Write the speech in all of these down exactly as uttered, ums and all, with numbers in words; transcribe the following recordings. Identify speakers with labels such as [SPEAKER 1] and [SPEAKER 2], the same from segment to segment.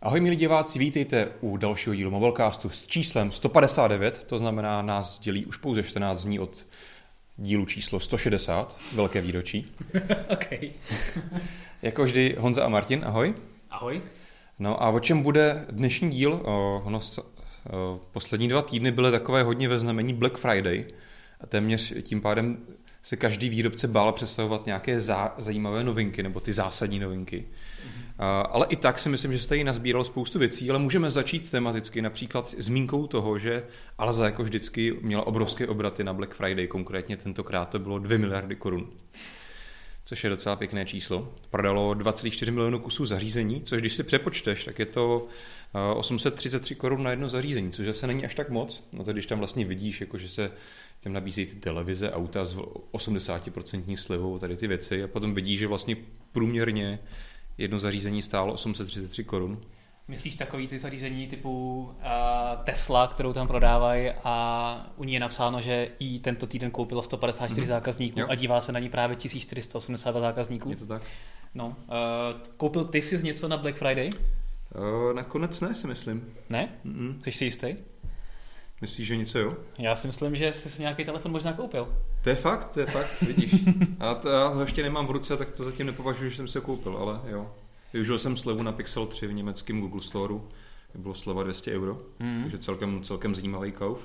[SPEAKER 1] Ahoj milí diváci, vítejte u dalšího dílu Mobilecastu s číslem sto padesát devět, to znamená nás dělí už pouze čtrnáct dní od dílu číslo sto šedesát, velké výročí.
[SPEAKER 2] OK.
[SPEAKER 1] Jako vždy Honza a Martin, ahoj.
[SPEAKER 2] Ahoj.
[SPEAKER 1] No a o čem bude dnešní díl? O, ono, o, poslední dva týdny byly takové hodně ve znamení Black Friday a téměř tím pádem se každý výrobce bál představovat nějaké zá, zajímavé novinky nebo ty zásadní novinky. Uh, ale i tak si myslím, že se tady nazbíralo spoustu věcí, ale můžeme začít tematicky například zmínkou toho, že Alza jako vždycky měla obrovské obraty na Black Friday, konkrétně tentokrát to bylo dvě miliardy korun, což je docela pěkné číslo. Prodalo dva celá čtyři milionu kusů zařízení, což když si přepočteš, tak je to uh, osm set třicet tři korun na jedno zařízení, což zase není až tak moc. No to když tam vlastně vidíš, jako že se tam nabízejí ty televize, auta s osmdesát procent slevou, tady ty věci a potom vidíš, že vlastně průměrně jedno zařízení stálo osm set třicet tři korun.
[SPEAKER 2] Myslíš takový ty zařízení typu uh, Tesla, kterou tam prodávají a u ní je napsáno, že i tento týden koupilo sto padesát čtyři mm-hmm. zákazníků jo. a dívá se na ní právě tisíc čtyři sta osmdesát dva zákazníků?
[SPEAKER 1] Je to tak?
[SPEAKER 2] No. Uh, koupil ty jsi něco na Black Friday?
[SPEAKER 1] Uh, nakonec ne, si myslím.
[SPEAKER 2] Ne?
[SPEAKER 1] Mm-mm.
[SPEAKER 2] Jsi si jistý?
[SPEAKER 1] Myslíš, že něco jo?
[SPEAKER 2] Já si myslím, že jsi si nějaký telefon možná koupil.
[SPEAKER 1] To je fakt, to je fakt, vidíš. A to já ho ještě nemám v ruce, tak to zatím nepovažuji, že jsem si ho koupil, ale jo. Využil jsem slevu na Pixel tři v německém Google Storeu, bylo sleva dvě stě euro, mm. takže celkem, celkem zajímavý kauf.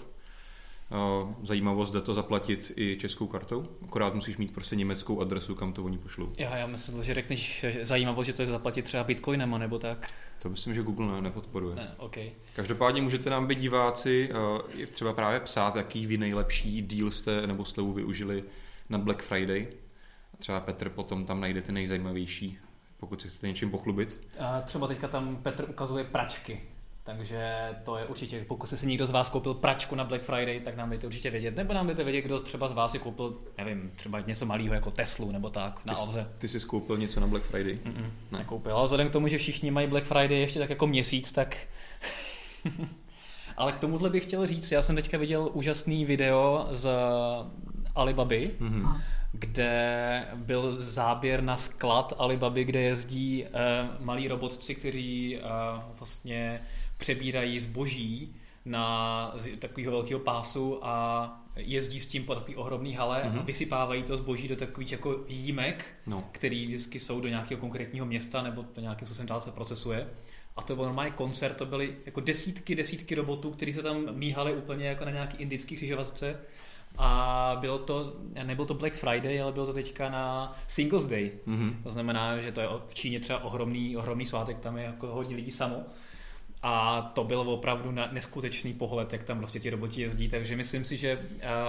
[SPEAKER 1] Zajímavost, jde to zaplatit i českou kartou, akorát musíš mít prostě německou adresu, kam to oni pošlou.
[SPEAKER 2] Já, já myslím, že řekneš zajímavost, že to je zaplatit třeba bitcoinama nebo tak.
[SPEAKER 1] To myslím, že Google ne, nepodporuje.
[SPEAKER 2] Ne, okay.
[SPEAKER 1] Každopádně můžete nám být diváci třeba právě psát, jaký vy nejlepší deal jste nebo slevu využili na Black Friday. Třeba Petr potom tam najde ty nejzajímavější, pokud se chcete něčím pochlubit.
[SPEAKER 2] A třeba teďka tam Petr ukazuje pračky. Takže to je určitě, pokud se si někdo z vás koupil pračku na Black Friday, tak nám dejte určitě vědět. Nebo nám dejte vědět, kdo třeba z vás si koupil, nevím, třeba něco malého jako Teslu nebo tak na Alze.
[SPEAKER 1] Ty jsi koupil něco na Black Friday?
[SPEAKER 2] Mm-mm, ne. Nekoupil, ale vzhledem k tomu, že všichni mají Black Friday ještě tak jako měsíc, tak... Ale k tomuhle bych chtěl říct, já jsem teďka viděl úžasný video z Alibaby, mm-hmm. kde byl záběr na sklad Alibaby, kde jezdí uh, malí robotci, kteří uh, vlastně přebírají zboží na takového velkého pásu a jezdí s tím po takový ohromný hale mm-hmm. a vysypávají to zboží do takových jako jímek, no. který vždycky jsou do nějakého konkrétního města nebo do nějakým způsobem dál se procesuje. A to byl normálně koncert, to byly jako desítky, desítky robotů, kteří se tam míhali úplně jako na nějaký indický křižovatce. A bylo to, nebyl to Black Friday, ale bylo to teďka na Singles Day. Mm-hmm. To znamená, že to je v Číně třeba ohromný, ohromný svátek, tam je jako hodně lidí samo. A to byl opravdu neskutečný pohled, jak tam prostě ti roboti jezdí, takže myslím si, že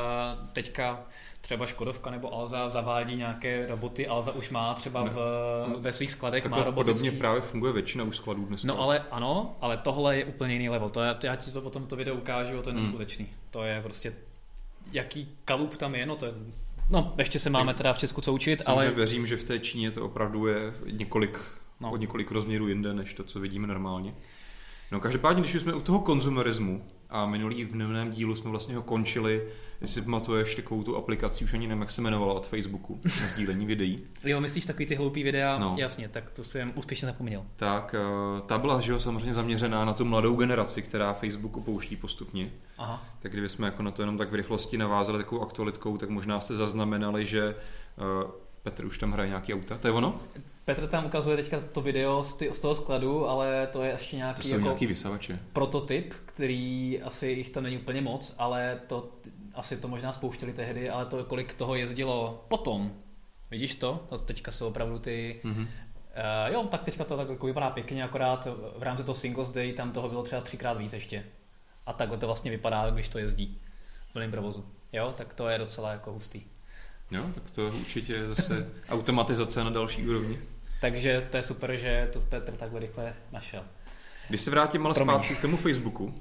[SPEAKER 2] teďka třeba Škodovka nebo Alza zavádí nějaké roboty, Alza už má třeba v, ve svých skladech, má robotický.
[SPEAKER 1] Podobně právě funguje většina už skladů dneska.
[SPEAKER 2] No ale ano, ale tohle je úplně jiný level, to je, já ti to potom to video ukážu, to je neskutečný, mm. to je prostě, jaký kalup tam je, no to je, no ještě se máme teda v Česku co učit,
[SPEAKER 1] ale...
[SPEAKER 2] ale...
[SPEAKER 1] věřím, že v té Číně to opravdu je několik, no. od několik rozměrů jinde, než to, co vidíme normálně. No každopádně, když jsme u toho konzumerismu a minulý v minulém dílu jsme vlastně ho končili, jestli si pamatuješ takovou tu aplikaci, už ani nevím, jak se jmenovala, od Facebooku na sdílení videí.
[SPEAKER 2] Jo, myslíš takový ty hloupý videa? No. Jasně, tak to jsem úspěšně zapomněl.
[SPEAKER 1] Tak ta byla, že jo, samozřejmě zaměřená na tu mladou generaci, která Facebook opouští postupně. Aha. Tak kdybychom jako na to jenom tak v rychlosti navázali takovou aktualitkou, tak možná jste zaznamenali, že uh, Petr už tam hraje nějaký auta. To je ono?
[SPEAKER 2] Petr tam ukazuje teďka to video z, ty, z toho skladu, ale to je ještě nějaký,
[SPEAKER 1] to jsou
[SPEAKER 2] jako
[SPEAKER 1] nějaký vysavače.
[SPEAKER 2] Prototyp, který asi jich tam není úplně moc, ale to asi to možná spouštěli tehdy, ale to kolik toho jezdilo potom. Vidíš to? To teďka jsou opravdu ty... Mm-hmm. Uh, jo, tak teďka to tak jako vypadá pěkně, akorát v rámci toho Singles Day tam toho bylo třeba třikrát víc ještě. A takhle to vlastně vypadá, když to jezdí v plném provozu. Jo, tak to je docela jako hustý.
[SPEAKER 1] Jo, tak to určitě je zase automatizace na další úrovni.
[SPEAKER 2] Takže to je super, že to Petr takhle rychle našel.
[SPEAKER 1] Když se vrátím ale zpátky k tomu Facebooku,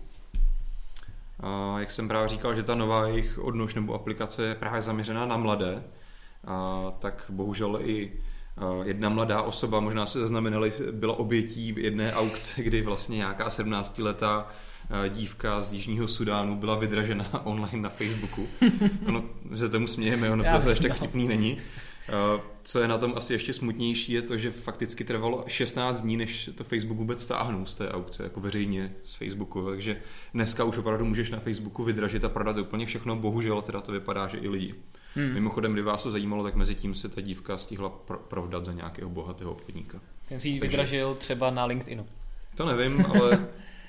[SPEAKER 1] a jak jsem právě říkal, že ta nová jejich odnož nebo aplikace je právě zaměřená na mladé, a tak bohužel i jedna mladá osoba, možná se zaznamenali, byla obětí jedné aukce, kdy vlastně nějaká sedmnáctiletá dívka z Jižního Sudánu byla vydražena online na Facebooku. Ono, že tomu smějeme, ono to zase až tak vtipný není. Co je na tom asi ještě smutnější, je to, že fakticky trvalo šestnáct dní, než to Facebook vůbec stáhnul z té aukce, jako veřejně z Facebooku. Takže dneska už opravdu můžeš na Facebooku vydražit a prodat úplně všechno. Bohužel teda to vypadá, že i lidi. Hmm. Mimochodem, kdyby vás to zajímalo, tak mezi tím se ta dívka stihla provdat za nějakého bohatého obchodníka.
[SPEAKER 2] Ten si ji vydražil třeba na LinkedInu.
[SPEAKER 1] To nevím, ale...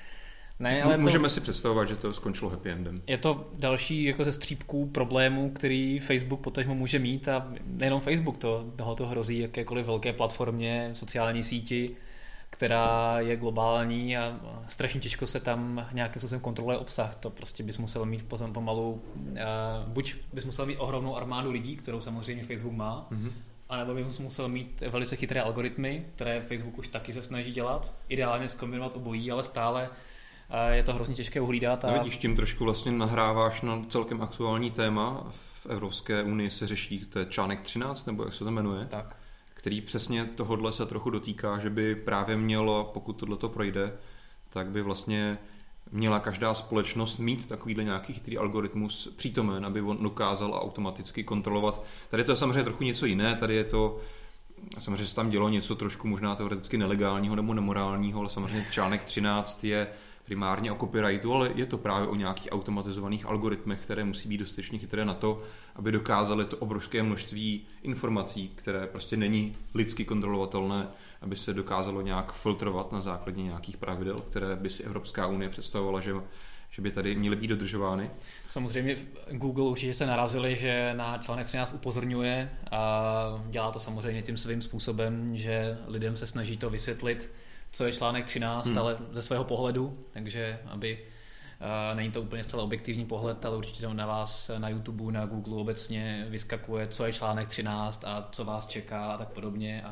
[SPEAKER 2] Ne, ale
[SPEAKER 1] můžeme
[SPEAKER 2] to,
[SPEAKER 1] si představovat, že to skončilo happy endem.
[SPEAKER 2] Je to další jako ze střípků problémů, který Facebook potažmo může mít a nejenom Facebook, to, to hrozí jakékoliv velké platformě, sociální síti, která je globální a strašně těžko se tam nějakým způsobem kontroluje obsah. To prostě bys musel mít pomalu, uh, buď bys musel mít ohromnou armádu lidí, kterou samozřejmě Facebook má, mm-hmm. anebo bys musel mít velice chytré algoritmy, které Facebook už taky se snaží dělat, ideálně zkombinovat obojí, ale stále je to hrozně těžké uhlídat. A...
[SPEAKER 1] No vidíš, tím trošku vlastně nahráváš na celkem aktuální téma. V Evropské unii se řeší, to je článek třináct, nebo jak se to jmenuje,
[SPEAKER 2] tak.
[SPEAKER 1] který přesně tohodle se trochu dotýká, že by právě mělo, pokud tohleto projde, tak by vlastně měla každá společnost mít takovýhle nějaký chytrý algoritmus přítomen, aby on dokázal automaticky kontrolovat. Tady to je samozřejmě trochu něco jiné, tady je to, samozřejmě se tam dělo něco trošku možná teoreticky nelegálního nebo nemorálního, ale samozřejmě článek třináct je primárně o copyrightu, ale je to právě o nějakých automatizovaných algoritmech, které musí být dostatečně chytré na to, aby dokázaly to obrovské množství informací, které prostě není lidsky kontrolovatelné, aby se dokázalo nějak filtrovat na základě nějakých pravidel, které by si Evropská unie představovala, že, že by tady měly být dodržovány.
[SPEAKER 2] Samozřejmě Google určitě se narazili, že na článek třináct upozorňuje a dělá to samozřejmě tím svým způsobem, že lidem se snaží to vysvětlit, co je článek třináct, hmm. ale ze svého pohledu, takže aby uh, není to úplně zcela objektivní pohled, ale určitě to na vás na YouTube, na Google obecně vyskakuje, co je článek třináct a co vás čeká a tak podobně a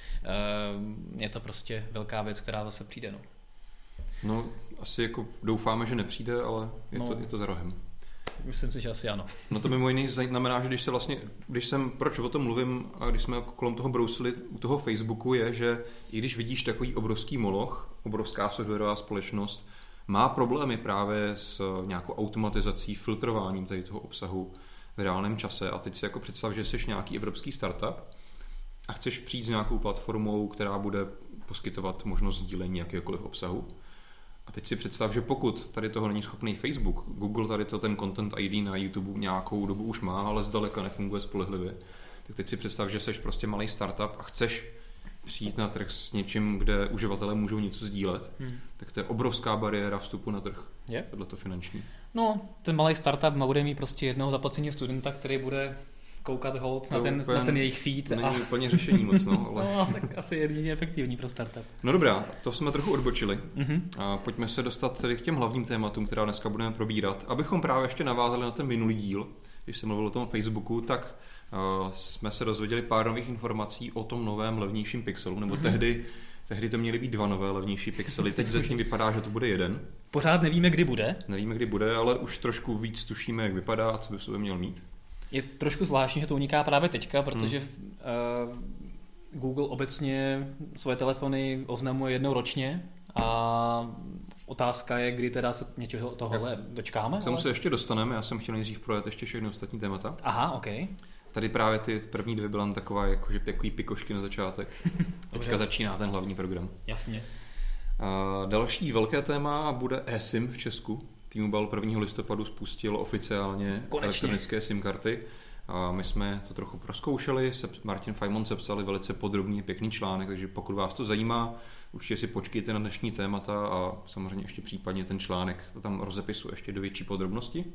[SPEAKER 2] uh, je to prostě velká věc, která zase přijde. No,
[SPEAKER 1] no asi jako doufáme, že nepřijde, ale je, no, to, je to za rohem.
[SPEAKER 2] Myslím si, že asi ano.
[SPEAKER 1] No to mimo jiný znamená, že když se vlastně, když jsem, proč o tom mluvím a když jsme kolem toho brousili u toho Facebooku je, že i když vidíš takový obrovský moloch, obrovská softwarová společnost, má problémy právě s nějakou automatizací, filtrováním tady toho obsahu v reálném čase a teď si jako představ, že jsi nějaký evropský startup a chceš přijít s nějakou platformou, která bude poskytovat možnost sdílení jakéhokoliv obsahu. A teď si představ, že pokud tady toho není schopný Facebook, Google tady to ten Content I D na YouTube nějakou dobu už má, ale zdaleka nefunguje spolehlivě, tak teď si představ, že jsi prostě malý startup a chceš přijít na trh s něčím, kde uživatelé můžou něco sdílet, hmm. tak to je obrovská bariéra vstupu na trh.
[SPEAKER 2] Je?
[SPEAKER 1] Tohleto finanční.
[SPEAKER 2] No, ten malý startup bude mít prostě jednoho zaplaceného studenta, který bude koukat hold na ten, na ten jejich feed.
[SPEAKER 1] To není a... úplně řešení moc, no. Ale...
[SPEAKER 2] no, tak asi jedině efektivní pro startup.
[SPEAKER 1] No dobrá, to jsme trochu odbočili. Mm-hmm. A pojďme se dostat tedy k těm hlavním tématům, která dneska budeme probírat. Abychom právě ještě navázali na ten minulý díl, když jsem mluvil o tom Facebooku, tak uh, jsme se dozvěděli pár nových informací o tom novém levnějším pixelu, nebo mm-hmm. tehdy, tehdy to měly být dva nové levnější pixely, teď zatím vypadá, že to bude jeden.
[SPEAKER 2] Pořád nevíme, kdy bude.
[SPEAKER 1] Nevíme, kdy bude, ale už trošku víc tušíme, jak vypadá a co by v sobě měl mít.
[SPEAKER 2] Je trošku zvláštní, že to uniká právě teďka, protože hmm. uh, Google obecně svoje telefony oznamuje jednou ročně a otázka je, kdy teda se něčeho tohohle dočkáme.
[SPEAKER 1] K tomu ale... se ještě dostaneme, já jsem chtěl nejdřív projet ještě všechny ostatní témata.
[SPEAKER 2] Aha, ok.
[SPEAKER 1] Tady právě ty první dvě byla taková jakože pěkný pikošky na začátek. Teďka začíná ten hlavní program.
[SPEAKER 2] Jasně.
[SPEAKER 1] A další velké téma bude eSIM v Česku. T-Mobile prvního listopadu spustil oficiálně
[SPEAKER 2] Konečně.
[SPEAKER 1] elektronické SIM karty. A my jsme to trochu prozkoušeli, Martin Fajmon sepsali velice podrobný, pěkný článek, takže pokud vás to zajímá, určitě si počkejte na dnešní témata a samozřejmě ještě případně ten článek to tam rozepisu ještě do větší podrobnosti.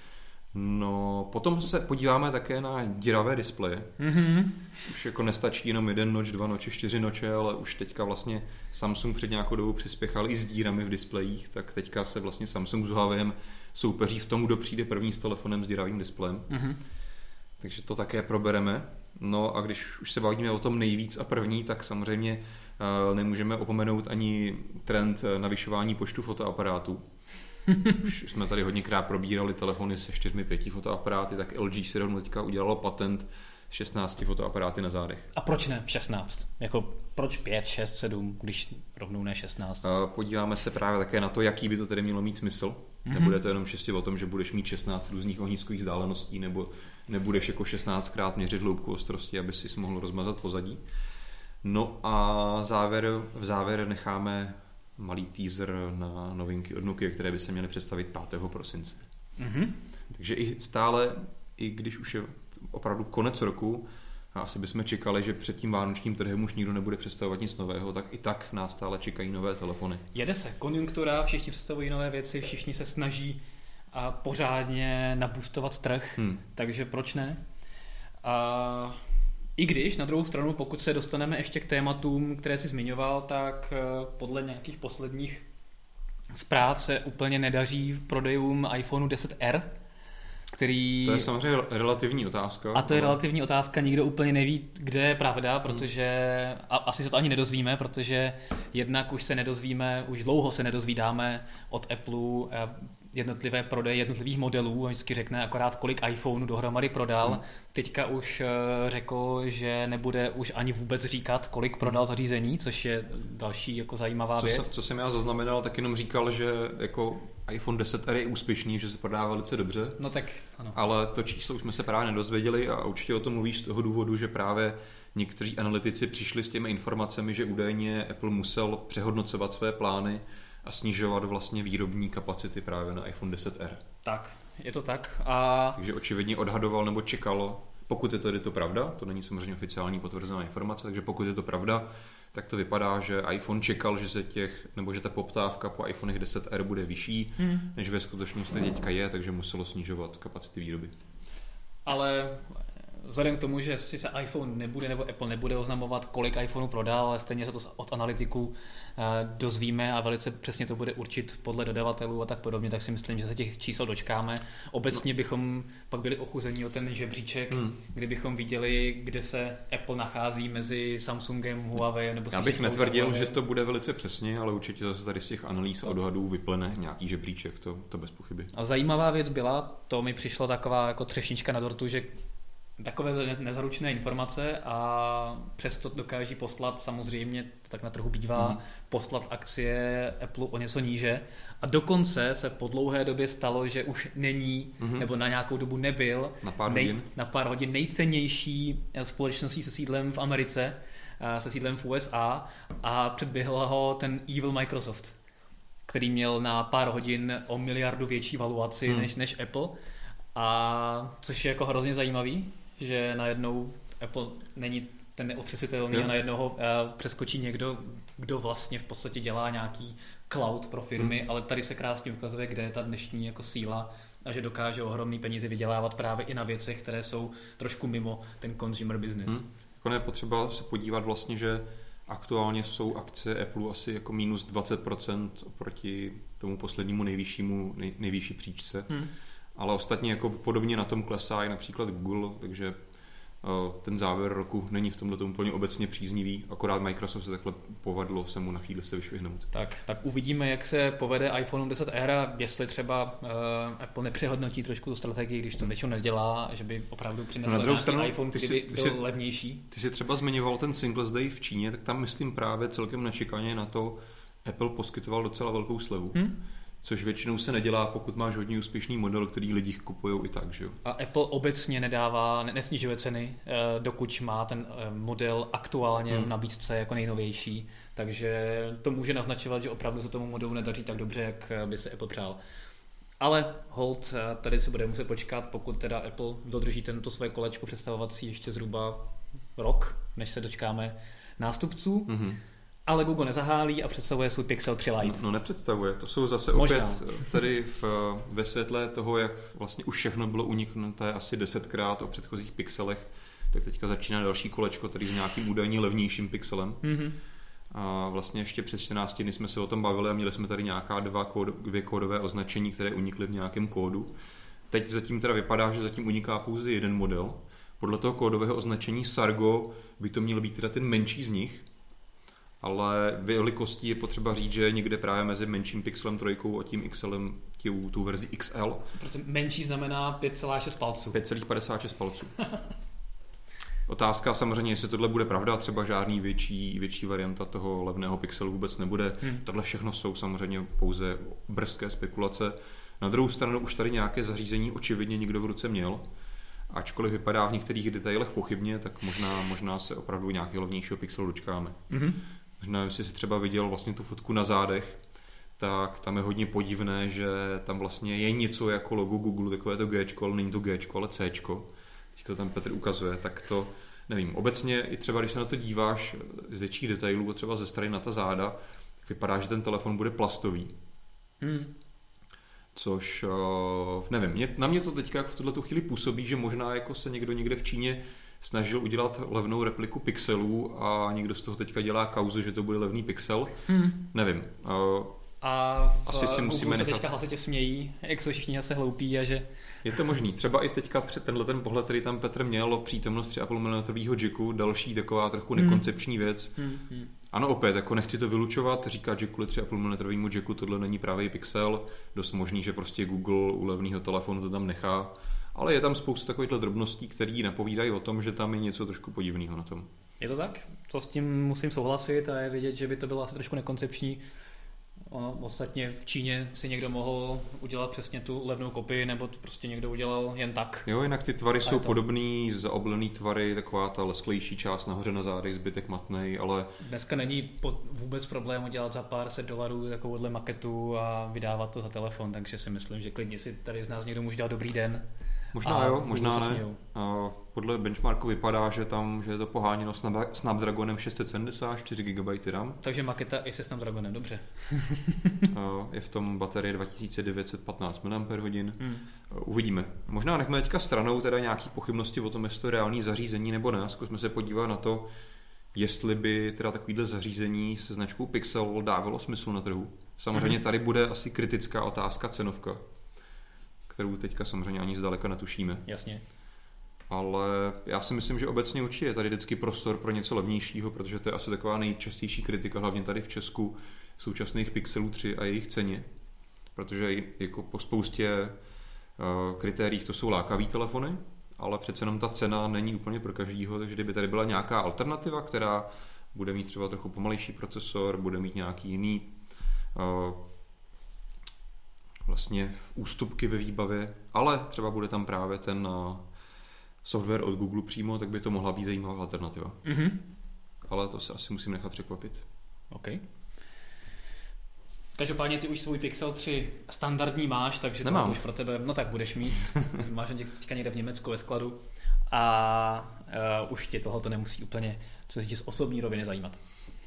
[SPEAKER 1] No, potom se podíváme také na díravé displeje. Mm-hmm. Už jako nestačí jenom jeden noč, dva noče, čtyři noče, ale už teďka vlastně Samsung před nějakou dobou přispěchal i s dírami v displejích, tak teďka se vlastně Samsung s Huawei soupeří v tom, kdo přijde první s telefonem s díravým displejem. Mm-hmm. Takže to také probereme. No a když už se bavíme o tom nejvíc a první, tak samozřejmě uh, nemůžeme opomenout ani trend navyšování počtu fotoaparátů. Už jsme tady hodněkrát probírali telefony se čtyřmi, pěti fotoaparáty, tak L G si rovnou teďka udělalo patent, šestnácti fotoaparáty na zádech.
[SPEAKER 2] A proč ne šestnáct? Jako proč pět, šest, sedm, když rovnou ne šestnáct?
[SPEAKER 1] Podíváme se právě také na to, jaký by to tedy mělo mít smysl. Mm-hmm. Nebude to jenom čistě o tom, že budeš mít šestnáct různých ohniskových vzdáleností, nebo nebudeš jako šestnáctkrát měřit hloubku ostrosti, aby si mohl rozmazat pozadí. No a závěr, v závěr necháme malý teaser na novinky od Nokia, které by se měly představit pátého prosince. Mm-hmm. Takže i stále, i když už je opravdu konec roku, a asi bychom čekali, že před tím vánočním trhem už nikdo nebude představovat nic nového, tak i tak nás stále čekají nové telefony.
[SPEAKER 2] Jede se konjunktura, všichni představují nové věci, všichni se snaží a pořádně nabustovat trh, hmm. takže proč ne? A i když na druhou stranu, pokud se dostaneme ještě k tématům, které jsi zmiňoval, tak podle nějakých posledních zpráv se úplně nedaří v prodejům iPhone deset R, který...
[SPEAKER 1] To je samozřejmě relativní otázka.
[SPEAKER 2] A to je ale... relativní otázka, nikdo úplně neví, kde je pravda, protože a asi se to ani nedozvíme, protože jednak už se nedozvíme, už dlouho se nedozvídáme od Apple jednotlivé prodeje jednotlivých modelů, on vždycky řekne akorát, kolik iPhone dohromady prodal. Hmm. Teďka už řekl, že nebude už ani vůbec říkat, kolik prodal zařízení, což je další jako zajímavá
[SPEAKER 1] co
[SPEAKER 2] věc.
[SPEAKER 1] Se, co jsem já zaznamenal, tak jenom říkal, že jako iPhone deset R je úspěšný, že se prodává velice dobře.
[SPEAKER 2] No tak ano.
[SPEAKER 1] Ale to číslo už jsme se právě nedozvěděli a určitě o tom mluvíš z toho důvodu, že právě někteří analytici přišli s těmi informacemi, že údajně Apple musel přehodnocovat své plány a snižovat vlastně výrobní kapacity právě na iPhone deset R.
[SPEAKER 2] Tak, je to tak. A...
[SPEAKER 1] Takže očividně odhadoval nebo čekalo, pokud je tedy to pravda, to není samozřejmě oficiální potvrzená informace, takže pokud je to pravda, tak to vypadá, že iPhone čekal, že se těch, nebo že ta poptávka po iPhone deset R bude vyšší, hmm. než ve skutečnosti teďka je, takže muselo snižovat kapacity výroby.
[SPEAKER 2] Ale vzhledem k tomu, že si se iPhone nebude nebo Apple nebude oznamovat, kolik iPhoneu prodal, ale stejně se to od analytiků dozvíme a velice přesně to bude určit podle dodavatelů a tak podobně, tak si myslím, že se těch čísel dočkáme. Obecně bychom pak byli ochuzení o ten žebříček, hmm. kdybychom viděli, kde se Apple nachází mezi Samsungem, Huawei nebo...
[SPEAKER 1] Já bych netvrdil, že to bude velice přesně, ale určitě zase tady z těch analýz a odhadů vyplne nějaký žebříček, to, to bez pochyby.
[SPEAKER 2] A zajímavá věc byla, to mi přišlo taková jako třešnička na dortu, že takové nezaručené informace a přesto dokáží poslat, samozřejmě to tak na trhu bývá, mm. poslat akcie Apple o něco níže a dokonce se po dlouhé době stalo, že už není, mm. nebo na nějakou dobu nebyl
[SPEAKER 1] na pár,
[SPEAKER 2] nej,
[SPEAKER 1] hodin.
[SPEAKER 2] na pár hodin nejcennější společností se sídlem v Americe, se sídlem v U S A a předběhl ho ten evil Microsoft, který měl na pár hodin o miliardu větší valuaci mm. než, než Apple. A což je jako hrozně zajímavý, že najednou Apple není ten neotřesitelný a najednou ho uh, přeskočí někdo, kdo vlastně v podstatě dělá nějaký cloud pro firmy, hmm. ale tady se krásně ukazuje, kde je ta dnešní jako síla a že dokáže ohromný peníze vydělávat právě i na věcech, které jsou trošku mimo ten consumer business. Hmm.
[SPEAKER 1] Jako je potřeba se podívat vlastně, že aktuálně jsou akcie Apple asi jako minus dvacet procent oproti tomu poslednímu nejvyššímu, nej, nejvyšší příčce. Hmm. Ale ostatně jako podobně na tom klesá i například Google, takže ten závěr roku není v tomhle úplně obecně příznivý, akorát Microsoft se takhle povedlo se mu na chvíli se vyšvihnout.
[SPEAKER 2] Tak, tak uvidíme, jak se povede iPhone deset R a jestli třeba uh, Apple nepřehodnotí trošku tu strategii, když to většinou nedělá, že by opravdu přinesl no nějaký stranu, iPhone, který by byl jsi, levnější.
[SPEAKER 1] Ty jsi třeba zmiňoval ten Singles Day v Číně, tak tam myslím právě celkem nečekaně na to Apple poskytoval docela velkou slevu. Hmm? Což většinou se nedělá, pokud máš hodně úspěšný model, který lidi kupují i tak, že jo?
[SPEAKER 2] A Apple obecně nedává, nesnižuje ceny, dokud má ten model aktuálně hmm. v nabídce jako nejnovější, takže to může naznačovat, že opravdu se tomu modelu nedaří tak dobře, jak by se Apple přál. Ale hold, tady se bude muset počkat, pokud teda Apple dodrží tento své kolečko představovací ještě zhruba rok, než se dočkáme nástupců. Hmm. Ale Google nezahálí a představuje svůj Pixel tři Lite.
[SPEAKER 1] No, no nepředstavuje, to jsou zase Možná. opět tady v, ve světle toho, jak vlastně už všechno bylo uniknuté asi desetkrát o předchozích pixelech, tak teďka začíná další kolečko tady s nějakým údajně levnějším pixelem. Mm-hmm. A vlastně ještě před čtrnácti dny jsme se o tom bavili a měli jsme tady nějaká dva kód, dvě kódové označení, které unikly v nějakém kódu. Teď zatím teda vypadá, že zatím uniká pouze jeden model. Podle toho kódového označení Sargo by to měl být teda ten menší z nich, ale velikostí je potřeba říct, že někde právě mezi menším Pixelem trojkou a tím X Lem, tím, tu verzi X L.
[SPEAKER 2] Protože menší znamená pět celá šest palců.
[SPEAKER 1] pět celá padesát šest palců. Otázka samozřejmě, jestli tohle bude pravda, třeba žádný větší, větší varianta toho levného Pixelu vůbec nebude. Hmm. Tohle všechno jsou samozřejmě pouze brzké spekulace. Na druhou stranu už tady nějaké zařízení očividně někdo v ruce měl. Ačkoliv vypadá v některých detailech pochybně, tak možná, možná se opravdu nějakého levnějšího Pixelu dočkáme. Hmm. Možná, jestli jsi třeba viděl vlastně tu fotku na zádech, tak tam je hodně podivné, že tam vlastně je něco jako logo Google, takové to Gčko, ale není to Gčko, ale Cčko. Teď to tam Petr ukazuje, tak to nevím. Obecně i třeba, když se na to díváš z větších detailů, třeba ze strany na ta záda, vypadá, že ten telefon bude plastový. Hmm. Což, nevím, mě, na mě to teďka v tuto chvíli působí, že možná jako se někdo někde v Číně snažil udělat levnou repliku Pixelů a někdo z toho teďka dělá kauzu, že to bude levný Pixel. Hmm. Nevím.
[SPEAKER 2] A v asi si musíme se nechat... teďka hlasitě smějí, jak jsou všichni zase hloupí a že...
[SPEAKER 1] Je to možný. Třeba i teďka před tenhle ten pohled, který tam Petr měl, přítomnost tři a půl milimetrového jacku, další taková trochu nekoncepční věc. Hmm. Hmm. Ano, opět, jako nechci to vylučovat, říkat, že kvůli tři a půl milimetrovému jacku tohle není právě Pixel, dost možný, že prostě Google u levného telefonu to tam nechá, ale je tam spousta takovýchhle drobností, které napovídají o tom, že tam je něco trošku podivného na tom.
[SPEAKER 2] Je to tak? To s tím musím souhlasit a je vidět, že by to bylo asi trošku nekoncepční. Ono, ostatně v Číně si někdo mohl udělat přesně tu levnou kopii, nebo to prostě někdo udělal jen tak.
[SPEAKER 1] Jo, jinak ty tvary jsou to... podobný, zaoblený tvary, taková ta lesklejší část nahoře na zádech, zbytek matnej, ale...
[SPEAKER 2] Dneska není po, vůbec problém udělat za pár set dolarů takovouhle maketu a vydávat to za telefon, takže si myslím, že klidně si tady z nás někdo může dělat dobrý den.
[SPEAKER 1] Možná jo, možná ne. A podle benchmarku vypadá, že tam že je to poháněno Snapdragonem šest set sedmdesát čtyři gigabajty RAM.
[SPEAKER 2] Takže maketa i se Snapdragonem, dobře.
[SPEAKER 1] Je v tom baterie dva tisíce devět set patnáct miliampérhodin. Hmm. Uvidíme. Možná nechme teďka stranou teda nějaký pochybnosti o tom, jestli to je reální zařízení nebo ne. Zkusme se podívat na to, jestli by teda takovýhle zařízení se značkou Pixel dávalo smysl na trhu. Samozřejmě tady bude asi kritická otázka cenovka, kterou teďka samozřejmě ani zdaleka netušíme.
[SPEAKER 2] Jasně.
[SPEAKER 1] Ale já si myslím, že obecně určitě je tady vždycky prostor pro něco levnějšího, protože to je asi taková nejčastější kritika, hlavně tady v Česku, současných Pixelů tři a jejich ceně. Protože jako po spoustě uh, kritériích to jsou lákavý telefony, ale přece jenom ta cena není úplně pro každýho, takže kdyby tady byla nějaká alternativa, která bude mít třeba trochu pomalejší procesor, bude mít nějaký jiný uh, vlastně ústupky ve výbavě, ale třeba bude tam právě ten software od Google přímo, tak by to mohla být zajímavá alternativa. Mm-hmm. Ale to se asi musím nechat překvapit.
[SPEAKER 2] OK. Každopádně ty už svůj Pixel tři standardní máš, takže to už pro tebe, no tak budeš mít. Máš ho teďka někde v Německu ve skladu a uh, už tě tohoto nemusí úplně, co se tě z osobní roviny zajímat.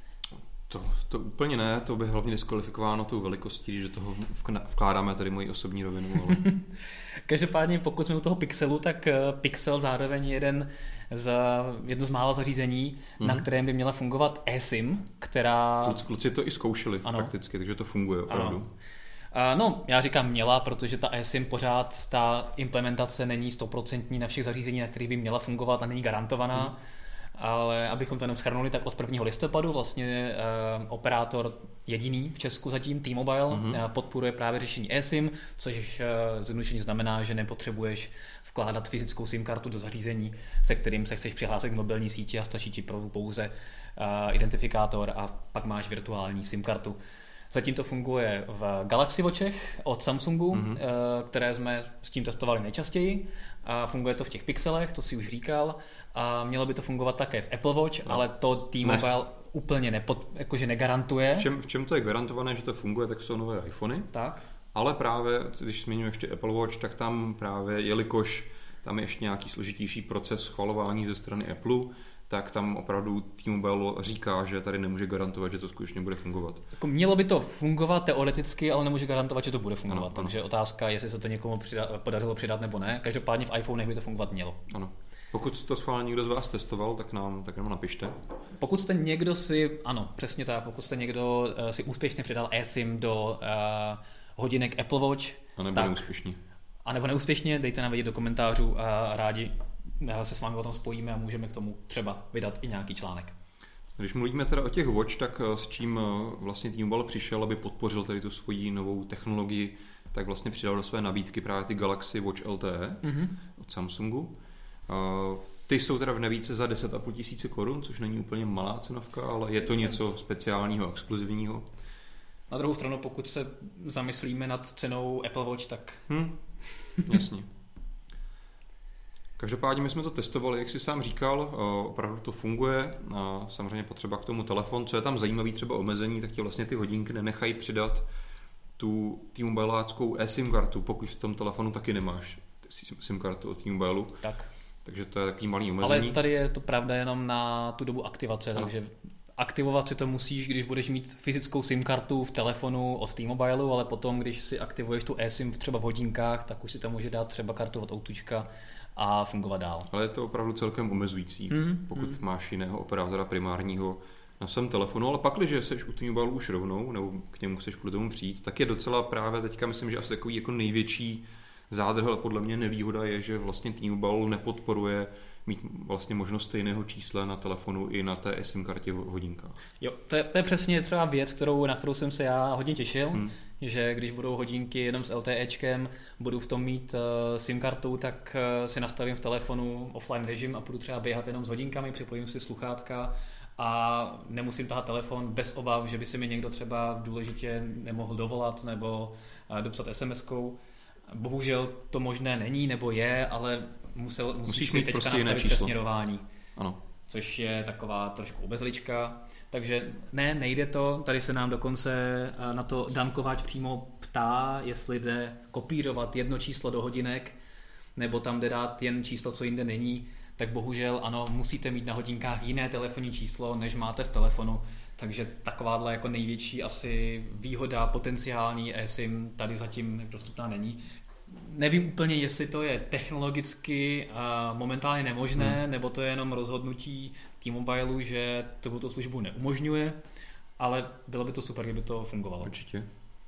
[SPEAKER 1] To, to úplně ne, to by hlavně diskvalifikováno tou velikostí, že toho vkládáme tady moji osobní rovinu. Ale...
[SPEAKER 2] Každopádně pokud jsme u toho Pixelu, tak Pixel zároveň je jeden z, jedno z mála zařízení, mm-hmm. na kterém by měla fungovat eSIM, která...
[SPEAKER 1] Kluci, kluci to i zkoušeli ano. prakticky, takže to funguje opravdu.
[SPEAKER 2] Ano. No, já říkám měla, protože ta eSIM pořád, ta implementace není stoprocentní na všech zařízení, na kterých by měla fungovat a není garantovaná. Mm. Ale abychom to jenom shrnuli, tak od prvního listopadu vlastně uh, operátor jediný v Česku zatím, T-Mobile, mm-hmm. uh, podporuje právě řešení eSIM, což uh, zjednodušeně znamená, že nepotřebuješ vkládat fyzickou SIM kartu do zařízení, se kterým se chceš přihlásit k mobilní síti a stačí ti pouze uh, identifikátor a pak máš virtuální SIM kartu. Zatím to funguje v Galaxy Watchech od Samsungu, mm-hmm. které jsme s tím testovali nejčastěji. A funguje to v těch pixelech, to si už říkal. A mělo by to fungovat také v Apple Watch, no. ale to T-Mobile ne. úplně nepod, jakože negarantuje.
[SPEAKER 1] V čem, v čem to je garantované, že to funguje, tak jsou nové iPhony.
[SPEAKER 2] Tak.
[SPEAKER 1] Ale právě, když zmiňujeme ještě Apple Watch, tak tam právě, jelikož tam je ještě nějaký složitější proces schvalování ze strany Apple, tak tam opravdu T-Mobile říká, že tady nemůže garantovat, že to skutečně bude fungovat.
[SPEAKER 2] Jako mělo by to fungovat teoreticky, ale nemůže garantovat, že to bude fungovat. Ano, takže ano. otázka, jestli se to někomu přida, podařilo přidat nebo ne. Každopádně v iPhonech by to fungovat mělo.
[SPEAKER 1] Ano. Pokud to schválně někdo z vás testoval, tak nám, tak nám napište.
[SPEAKER 2] Pokud jste někdo si, ano, přesně tak, pokud jste někdo uh, si úspěšně přidal eSIM do uh, hodinek Apple Watch.
[SPEAKER 1] A nebo neúspěšně.
[SPEAKER 2] A nebo neúspěšně, dejte nám vědět do komentářů a rádi se s vámi o tom spojíme a můžeme k tomu třeba vydat i nějaký článek.
[SPEAKER 1] Když mluvíme teda o těch Watch, tak s čím vlastně T-Mobile přišel, aby podpořil tady tu svoji novou technologii, tak vlastně přidal do své nabídky právě ty Galaxy Watch L T E mm-hmm. od Samsungu. Ty jsou teda v nabídce za deset a půl tisíce korun, což není úplně malá cenovka, ale je to něco speciálního, exkluzivního.
[SPEAKER 2] Na druhou stranu, pokud se zamyslíme nad cenou Apple Watch, tak...
[SPEAKER 1] Hmm, jasně. Každopádně my jsme to testovali, jak jsi sám říkal, opravdu to funguje. A samozřejmě potřeba k tomu telefon. Co je tam zajímavé třeba omezení, tak ti vlastně ty hodinky nenechají přidat tu T-mobileáckou eSIM kartu, pokud v tom telefonu taky nemáš SIM kartu od T-Mobile.
[SPEAKER 2] Tak.
[SPEAKER 1] Takže to je takový malý omezení.
[SPEAKER 2] Ale tady je to pravda jenom na tu dobu aktivace, ano. Takže aktivovat si to musíš, když budeš mít fyzickou SIM kartu v telefonu od T-Mobile, ale potom, když si aktivuješ tu eSIM třeba v hodinkách, tak už si tam může dát třeba kartu od Outučka a fungovat dál.
[SPEAKER 1] Ale je to opravdu celkem omezující, mm, pokud mm. máš jiného operátora primárního na svém telefonu, ale pak, když jsi u T-Mobile už rovnou, nebo k němu chceš kvůli tomu přijít, tak je docela právě teďka, myslím, že asi takový jako největší zádrh, ale podle mě nevýhoda je, že vlastně T-Mobile nepodporuje mít vlastně možnost stejného čísla na telefonu i na té eSIM kartě v hodinkách.
[SPEAKER 2] Jo, to je, to je přesně třeba věc, kterou, na kterou jsem se já hodně těšil, hmm. že když budou hodinky jenom s LTEčkem, budu v tom mít uh, SIM kartu, tak uh, si nastavím v telefonu offline režim a budu třeba běhat jenom s hodinkami, připojím si sluchátka a nemusím tahat telefon bez obav, že by se mi někdo třeba důležitě nemohl dovolat nebo uh, dopsat SMSkou. Bohužel to možné není, nebo je, ale musel, musíš, musíš si teďka prostě nastavit přesměrování.
[SPEAKER 1] Ano.
[SPEAKER 2] Což je taková trošku obezlička. Takže ne, nejde to. Tady se nám dokonce na to Dan Kováč přímo ptá, jestli jde kopírovat jedno číslo do hodinek, nebo tam jde dát jen číslo, co jinde není. Tak bohužel ano, musíte mít na hodinkách jiné telefonní číslo, než máte v telefonu. Takže takováhle jako největší asi výhoda potenciální eSIM tady zatím dostupná není. Nevím úplně, jestli to je technologicky momentálně nemožné, hmm. nebo to je jenom rozhodnutí T-Mobile, že tuto službu neumožňuje, ale bylo by to super, kdyby to fungovalo.
[SPEAKER 1] Určitě.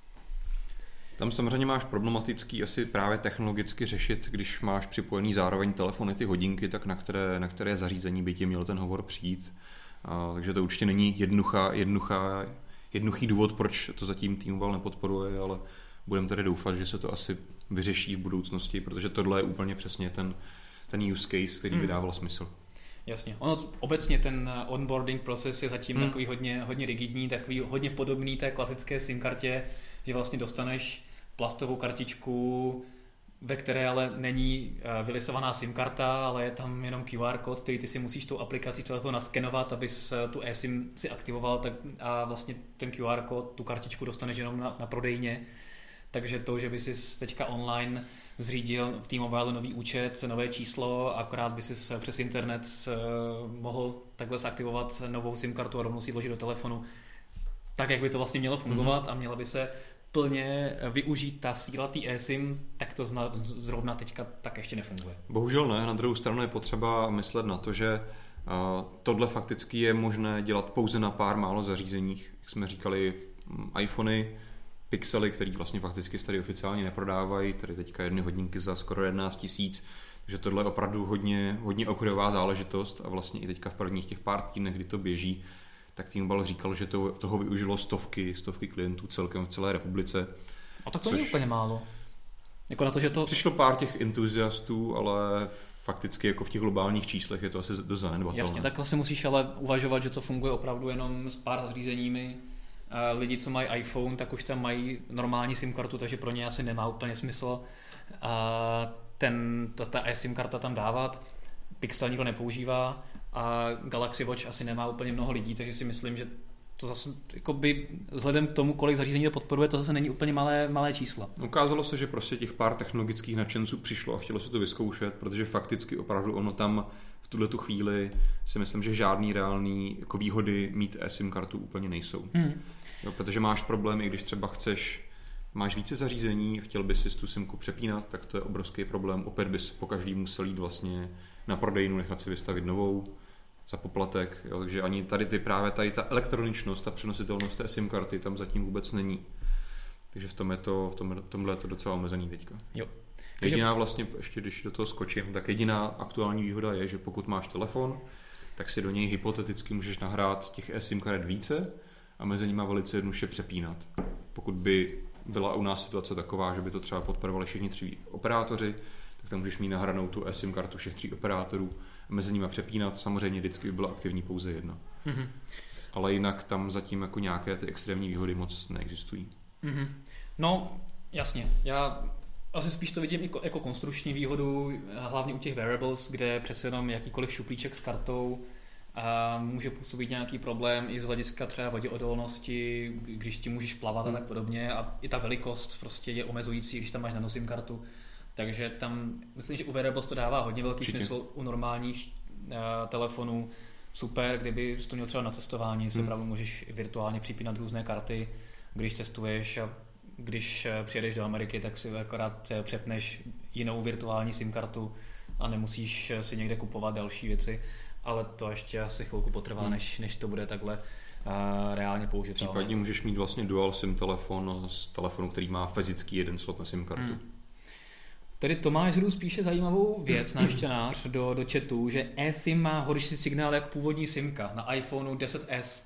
[SPEAKER 1] Tam samozřejmě máš problematický asi právě technologicky řešit, když máš připojený zároveň telefony, ty hodinky, tak na které, na které zařízení by ti měl ten hovor přijít. A, takže to určitě není jednoduchá, jednoduchá, jednoduchý důvod, proč to zatím T-Mobile nepodporuje, ale budeme tedy doufat, že se to asi vyřeší v budoucnosti, protože tohle je úplně přesně ten, ten use case, který by dával smysl.
[SPEAKER 2] Jasně. Ono obecně ten onboarding proces je zatím hmm. takový hodně, hodně rigidní, takový hodně podobný té klasické SIM kartě, že vlastně dostaneš plastovou kartičku, ve které ale není vylisovaná SIM karta, ale je tam jenom Q R kód, který ty si musíš tou aplikací telefonu naskenovat, abys tu eSIM si aktivoval, tak a vlastně ten Q R kód, tu kartičku dostaneš jenom na, na prodejně. Takže to, že by si teďka online zřídil v T-Mobile nový účet, nové číslo, akorát by si přes internet mohl takhle zaktivovat novou SIM kartu a rovnou si vložit do telefonu, tak jak by to vlastně mělo fungovat mm-hmm. a měla by se plně využít ta síla té eSIM, tak to zrovna teďka tak ještě nefunguje.
[SPEAKER 1] Bohužel ne, na druhou stranu je potřeba myslet na to, že tohle fakticky je možné dělat pouze na pár málo zařízeních, jak jsme říkali, iPhony, Pixely, který vlastně fakticky tady oficiálně neprodávají, tady teďka jedny hodinky za skoro jedenáct tisíc, takže tohle je opravdu hodně, hodně okrajová záležitost a vlastně i teďka v prvních těch pár týdnech, kdy to běží, tak T-Mobile říkal, že to, toho využilo stovky, stovky klientů celkem v celé republice.
[SPEAKER 2] A tak to není úplně málo. Jako na to, že to...
[SPEAKER 1] Přišlo pár těch entuziastů, ale fakticky jako v těch globálních číslech je to asi dost zanedbatelné.
[SPEAKER 2] Jasně, takhle si musíš ale uvažovat, že to funguje opravdu jenom s pár zařízeními. Lidi, co mají iPhone, tak už tam mají normální SIM kartu, takže pro ně asi nemá úplně smysl ten, ta, ta eSIM karta tam dávat. Pixel nikdo nepoužívá a Galaxy Watch asi nemá úplně mnoho lidí, takže si myslím, že to zase jakoby, vzhledem k tomu, kolik zařízení to podporuje, to zase není úplně malé, malé čísla.
[SPEAKER 1] Ukázalo se, že prostě těch pár technologických nadšenců přišlo a chtělo se to vyzkoušet, protože fakticky opravdu ono tam v tuhletu chvíli si myslím, že žádný reálný jako výhody mít eSIM kartu úplně nejsou. Hmm. Jo, protože máš problém, i když třeba chceš, máš více zařízení, chtěl bys si tu simku přepínat, tak to je obrovský problém. Opět bys po každý musel jít vlastně na prodejnu, nechat si vystavit novou za poplatek. Jo, takže ani tady ty právě tady ta elektroničnost, ta přenositelnost té SIM karty tam zatím vůbec není. Takže v tom je to, v tom, tomhle je to docela omezený teďka.
[SPEAKER 2] Jo.
[SPEAKER 1] Jediná vlastně, ještě když do toho skočím, tak jediná aktuální výhoda je, že pokud máš telefon, tak si do něj hypoteticky můžeš nahrát těch eSIM karet více a mezi nimi velice jednoduše přepínat. Pokud by byla u nás situace taková, že by to třeba podporovali všichni tři operátoři, tak tam můžeš mít nahranou tu eSIM kartu všech tří operátorů, mezi nimi přepínat, samozřejmě vždycky by byla aktivní pouze jedna. Mm-hmm. Ale jinak tam zatím jako nějaké ty extrémní výhody moc neexistují.
[SPEAKER 2] Mm-hmm. No, jasně. Já asi spíš to vidím jako, jako konstrukční výhodu, hlavně u těch wearables, kde přece jenom jakýkoliv šuplíček s kartou a může působit nějaký problém i z hlediska třeba voděodolnosti, když ti můžeš plavat a tak podobně, a i ta velikost prostě je omezující, když tam máš nano SIM kartu. Takže tam, myslím, že u wearables to dává hodně velký Určitě. smysl, u normálních uh, telefonů super, kdyby jsi to měl třeba na cestování, si hmm. opravdu můžeš virtuálně připínat různé karty, když testuješ, a když přijedeš do Ameriky, tak si akorát přepneš jinou virtuální SIM kartu a nemusíš si někde kupovat další věci, ale to ještě asi chvilku potrvá, hmm. než, než to bude takhle uh, reálně použitelné.
[SPEAKER 1] Případně můžeš mít vlastně dual SIM telefon z telefonu, který má fyzický jeden slot na SIM kartu. Hmm.
[SPEAKER 2] Tady Tomáš zhrnul spíše zajímavou věc, náš čtenář do, do chatu, že eSIM má horší signál jak původní SIMka na iPhoneu deset es,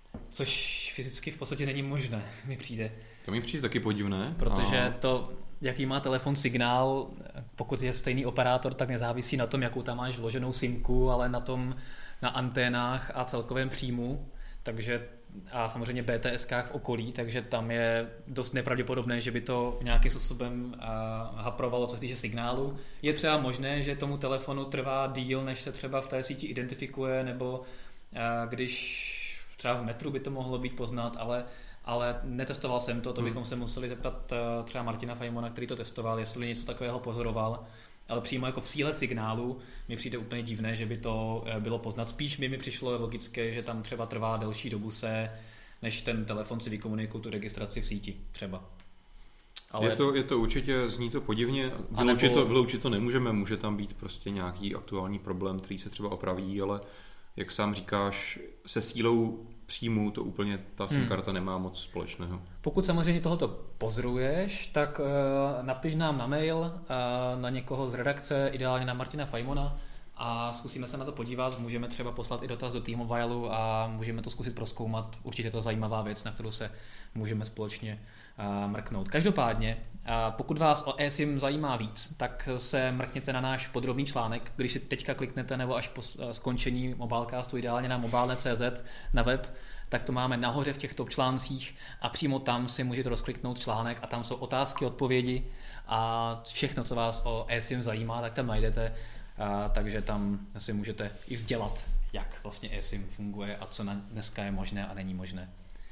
[SPEAKER 2] což fyzicky v podstatě není možné, mi přijde.
[SPEAKER 1] To mi přijde taky podivné.
[SPEAKER 2] Protože a... to, jaký má telefon signál, pokud je stejný operátor, tak nezávisí na tom, jakou tam máš vloženou SIMku, ale na tom, na anténách a celkovém příjmu, takže a samozřejmě bé té eskách v okolí, takže tam je dost nepravděpodobné, že by to nějakým způsobem uh, haprovalo, co se týče signálu. Je třeba možné, že tomu telefonu trvá díl, než se třeba v té síti identifikuje, nebo uh, když třeba v metru by to mohlo být poznat, ale, ale netestoval jsem to, to bychom se museli zeptat uh, třeba Martina Fajmona, který to testoval, jestli něco takového pozoroval. Ale přímo jako v síle signálu mi přijde úplně divné, že by to bylo poznat. Spíš by mi přišlo logické, že tam třeba trvá delší dobu se, než ten telefon si vykomunikuje tu registraci v síti třeba.
[SPEAKER 1] Ale... Je, to, je to určitě, zní to podivně, vyloučit, nebo... to, vyloučit to nemůžeme, může tam být prostě nějaký aktuální problém, který se třeba opraví, ale jak sám říkáš, se sílou příjmu to úplně ta SIM karta hmm. nemá moc společného.
[SPEAKER 2] Pokud samozřejmě tohoto pozoruješ, tak uh, napiš nám na mail uh, na někoho z redakce, ideálně na Martina Fajmona, a zkusíme se na to podívat. Můžeme třeba poslat i dotaz do T-Mobileu a můžeme to zkusit prozkoumat. Určitě to je zajímavá věc, na kterou se můžeme společně uh, mrknout. Každopádně, uh, pokud vás o eSIM zajímá víc, tak se mrkněte na náš podrobný článek. Když si teďka kliknete nebo až po uh, skončení Mobilecastu, ideálně na mobile tečka cé zet na web, tak to máme nahoře v těch top článcích a přímo tam si můžete rozkliknout článek a tam jsou otázky, odpovědi a všechno, co vás o eSIM zajímá, tak tam najdete. A, takže tam si můžete i vzdělat, jak vlastně eSIM funguje a co na, dneska je možné a není možné.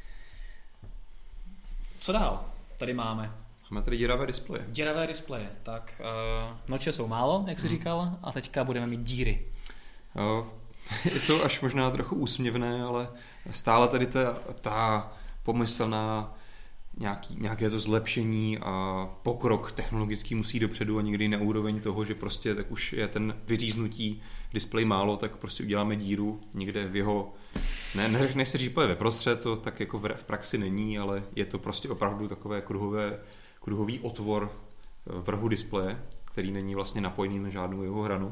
[SPEAKER 2] Co dál? Tady máme.
[SPEAKER 1] Máme tady děravé displeje.
[SPEAKER 2] Děravé displeje, tak uh, noče jsou málo, jak jsi hmm. říkal, a teďka budeme mít díry.
[SPEAKER 1] Uh, je to až možná trochu úsměvné, ale stále tady ta, ta pomyslná Nějaký, nějaké to zlepšení a pokrok technologický musí dopředu a někdy na úroveň toho, že prostě tak už je ten vyříznutí displej málo, tak prostě uděláme díru někde v jeho, ne, ne nechci říct ve prostřed, to tak jako v, v praxi není, ale je to prostě opravdu takové kruhové, kruhový otvor v vrhu displeje, který není vlastně napojený na žádnou jeho hranu.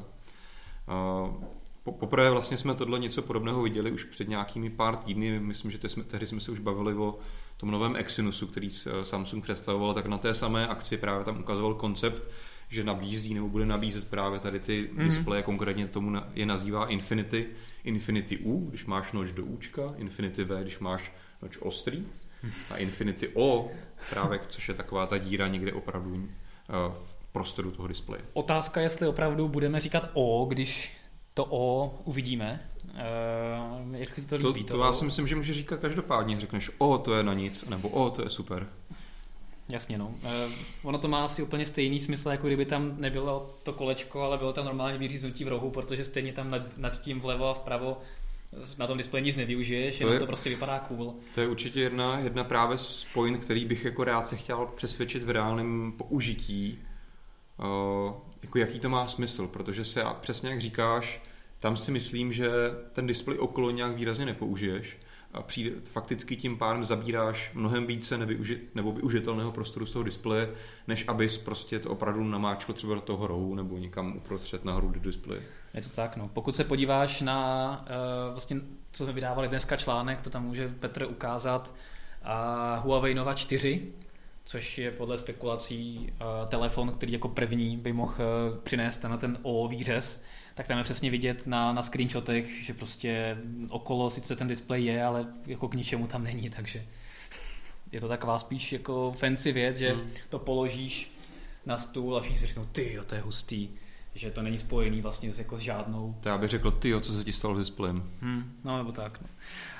[SPEAKER 1] Poprvé vlastně jsme tohle něco podobného viděli už před nějakými pár týdny, myslím, že jsme, tehdy jsme se už bavili o tom novém Exynosu, který Samsung představoval, tak na té samé akci právě tam ukazoval koncept, že nabízí nebo bude nabízet právě tady ty mm-hmm. displeje, konkrétně tomu je nazývá Infinity, Infinity U, když máš noč do Účka, Infinity V, když máš noč ostrý, a Infinity O, právě, což je taková ta díra někde opravdu v prostoru toho displeje.
[SPEAKER 2] Otázka, jestli opravdu budeme říkat O, když to O uvidíme. Uh, jak si to líbí?
[SPEAKER 1] To, to já si myslím, že může říkat každopádně. Řekneš O, to je na nic, nebo O, to je super.
[SPEAKER 2] Jasně, no. Uh, ono to má asi úplně stejný smysl, jako kdyby tam nebylo to kolečko, ale bylo tam normálně vyříznutí v rohu, protože stejně tam nad, nad tím vlevo a vpravo na tom displeji nic nevyužiješ, jenom to, je, to prostě vypadá cool.
[SPEAKER 1] To je určitě jedna, jedna právě z point, který bych jako rád se chtěl přesvědčit v reálném použití, uh, jako jaký to má smysl, protože se přesně jak říkáš, tam si myslím, že ten displej okolo nějak výrazně nepoužiješ a přijde, fakticky tím pádem zabíráš mnohem více nevyuži, nebo využitelného prostoru z toho displeje, než abys prostě to opravdu namáčkl třeba do toho rohu nebo někam uprostřed nahoru do displeje.
[SPEAKER 2] Je to tak, no. Pokud se podíváš na uh, vlastně, co jsme vydávali dneska článek, to tam může Petr ukázat, a Huawei Nova čtyři, což je podle spekulací uh, telefon, který jako první by mohl uh, přinést na ten O výřez, tak tam je přesně vidět na, na screenshotech, že prostě okolo sice ten displej je, ale jako k ničemu tam není, takže je to taková spíš jako fancy věc, že hmm. to položíš na stůl a všichni si řeknou, ty jo, to je hustý, že to není spojený vlastně jako s žádnou.
[SPEAKER 1] To já bych řekl, ty jo, co se ti stalo s displejem.
[SPEAKER 2] Hmm, no nebo tak. No.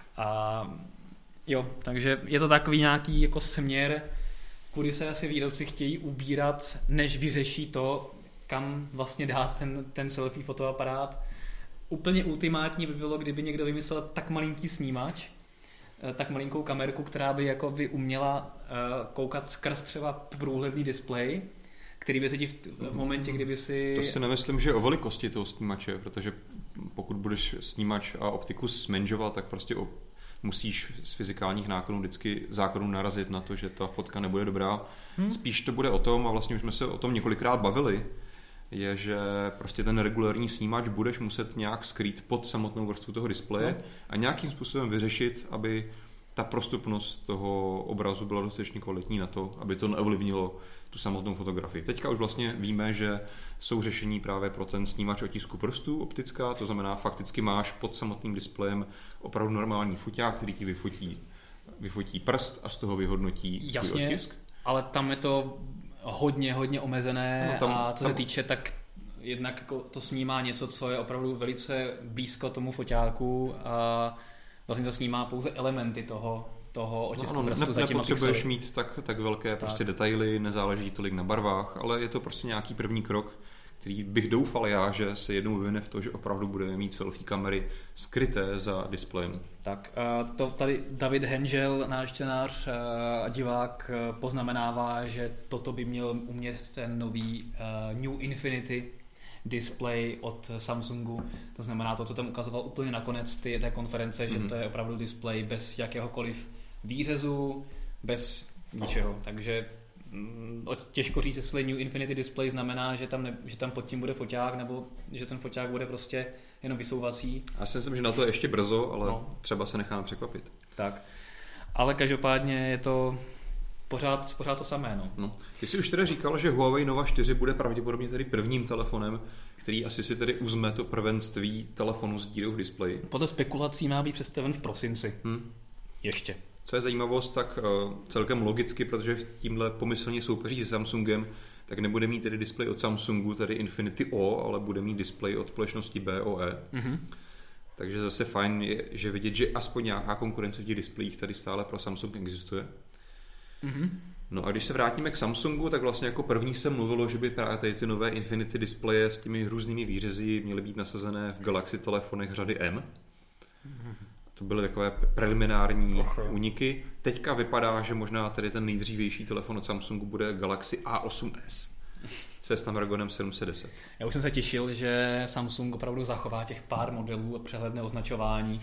[SPEAKER 2] A jo, takže je to takový nějaký jako směr, kudy se asi výrobci chtějí ubírat, než vyřeší to, kam vlastně dát ten, ten selfie fotoaparát. Úplně ultimátní by bylo, kdyby někdo vymyslel tak malinký snímač, tak malinkou kamerku, která by jako by uměla koukat skrz třeba průhledný displej, který by se ti v, v momentě, kdyby si...
[SPEAKER 1] To si nemyslím, že o velikosti toho snímače, protože pokud budeš snímač a optiku smenžovat, tak prostě o, musíš z fyzikálních nákladů vždycky zákonů narazit na to, že ta fotka nebude dobrá. Hmm. Spíš to bude o tom, a vlastně už jsme se o tom několikrát bavili, je, že prostě ten regulární snímač budeš muset nějak skrýt pod samotnou vrstvu toho displeje no. a nějakým způsobem vyřešit, aby ta prostupnost toho obrazu byla dostatečně kvalitní na to, aby to neovlivnilo tu samotnou fotografii. Teďka už vlastně víme, že jsou řešení právě pro ten snímač otisku prstů optická, to znamená fakticky máš pod samotným displejem opravdu normální foťák, který ti vyfotí, vyfotí prst a z toho vyhodnotí
[SPEAKER 2] Jasně,
[SPEAKER 1] otisk.
[SPEAKER 2] Ale tam je to hodně, hodně omezené no, tam, a co tam... se týče, tak jednak jako to snímá něco, co je opravdu velice blízko tomu foťáku a vlastně to snímá pouze elementy toho, toho otisku no, prstu.
[SPEAKER 1] Ne, nepotřebuješ mít tak, tak velké tak. prostě detaily, nezáleží tolik na barvách, ale je to prostě nějaký první krok, který bych doufal já, že se jednou vyvine v to, že opravdu budeme mít selfie kamery skryté za displejem.
[SPEAKER 2] Tak to tady David Henžel, náš čtenář a divák, poznamenává, že toto by měl umět ten nový New Infinity display od Samsungu, to znamená to, co tam ukazoval úplně nakonec ty, té konference, mm-hmm. že to je opravdu display bez jakéhokoliv výřezu, bez ničeho, takže mm, těžko říct, jestli New Infinity display znamená, že tam, ne, že tam pod tím bude foťák, nebo že ten foťák bude prostě jenom vysouvací.
[SPEAKER 1] Já si myslím, že na to je ještě brzo, ale no. třeba se necháme překvapit.
[SPEAKER 2] Tak, ale každopádně je to Pořád, pořád to samé, no.
[SPEAKER 1] no. Ty jsi už tedy říkal, že Huawei Nova čtyři bude pravděpodobně tedy prvním telefonem, který asi si tedy uzme to prvenství telefonu s dírou v displeji.
[SPEAKER 2] Podle spekulací má být představen v prosinci. Hmm. Ještě.
[SPEAKER 1] Co je zajímavost, tak uh, celkem logicky, protože tímhle pomyslně soupeří se Samsungem, tak nebude mít tedy displej od Samsungu, tedy Infinity O, ale bude mít displej od společnosti B O E. Mm-hmm. Takže zase fajn je, že vidět, že aspoň nějaká konkurence v těch displejích tady stále pro Samsung existuje. Mm-hmm. No a když se vrátíme k Samsungu, tak vlastně jako první se mluvilo, že by právě tady ty nové Infinity displeje s těmi různými výřezy měly být nasazené v Galaxy telefonech řady M. Mm-hmm. To byly takové preliminární úniky. Teďka vypadá, že možná tady ten nejdřívější telefon od Samsungu bude Galaxy A osm S se Snapdragonem sedm set deset.
[SPEAKER 2] Já už jsem se těšil, že Samsung opravdu zachová těch pár modelů a přehledné označování.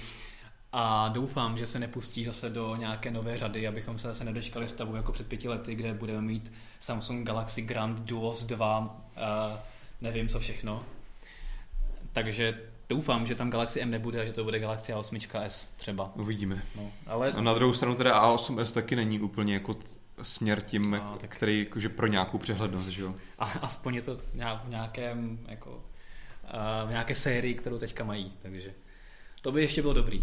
[SPEAKER 2] A doufám, že se nepustí zase do nějaké nové řady, abychom se zase nedočkali stavu jako před pěti lety, kde budeme mít Samsung Galaxy Grand Duos dva, uh, nevím co všechno. Takže doufám, že tam Galaxy M nebude a že to bude Galaxy A osm S třeba.
[SPEAKER 1] Uvidíme.
[SPEAKER 2] No, ale...
[SPEAKER 1] A na druhou stranu teda A osm S taky není úplně jako směr tím, no, tak... který jakože pro nějakou přehlednost, že jo?
[SPEAKER 2] A aspoň je to v nějakém, jako, uh, v nějaké sérii, kterou teďka mají, takže... To by ještě bylo dobrý.